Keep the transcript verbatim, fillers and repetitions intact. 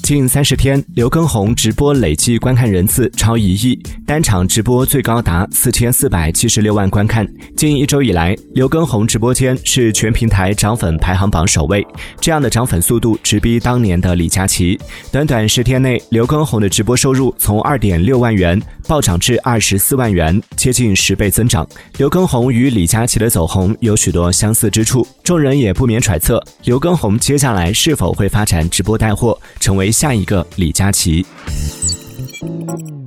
近三十天，刘畊宏直播累计观看人次超一亿，单场直播最高达四千四百七十六万观看。近一周以来，刘畊宏直播间是全平台涨粉排行榜首位，这样的涨粉速度直逼当年的李佳琦。短短十天内，刘畊宏的直播收入从 二点六万元暴涨至二十四万元，接近十倍增长。刘畊宏与李佳琦的走红有许多相似之处，众人也不免揣测，刘畊宏接下来是否会发展直播带货，成为下一个李佳琦。